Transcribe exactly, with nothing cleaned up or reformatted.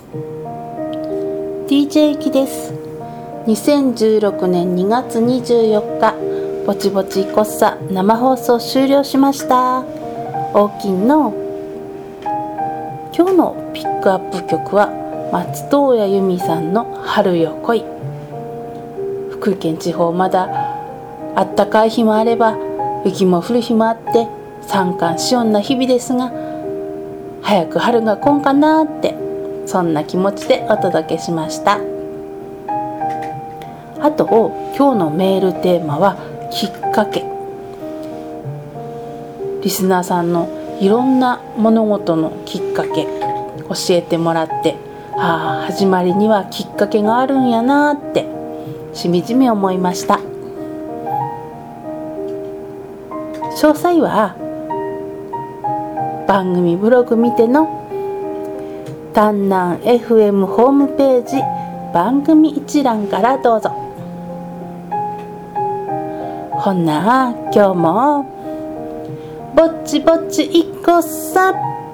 ディージェー きです。にせんじゅうろくねんにがつにじゅうよっか、ぼちぼちいこっさ生放送終了しました。大きんの今日のピックアップ曲は松任谷由実さんの春よ来い。福井県地方、まだあったかい日もあれば雪も降る日もあって三寒四温な日々ですが、早く春が来んかなって、そんな気持ちでお届けしました。あと今日のメールテーマはきっかけ。リスナーさんのいろんな物事のきっかけ教えてもらって、ああ始まりにはきっかけがあるんやなってしみじみ思いました。詳細は番組ブログ見ての丹南 エフエム ホームページ番組一覧からどうぞ。ほんなら今日もぼっちぼっちいこっさ。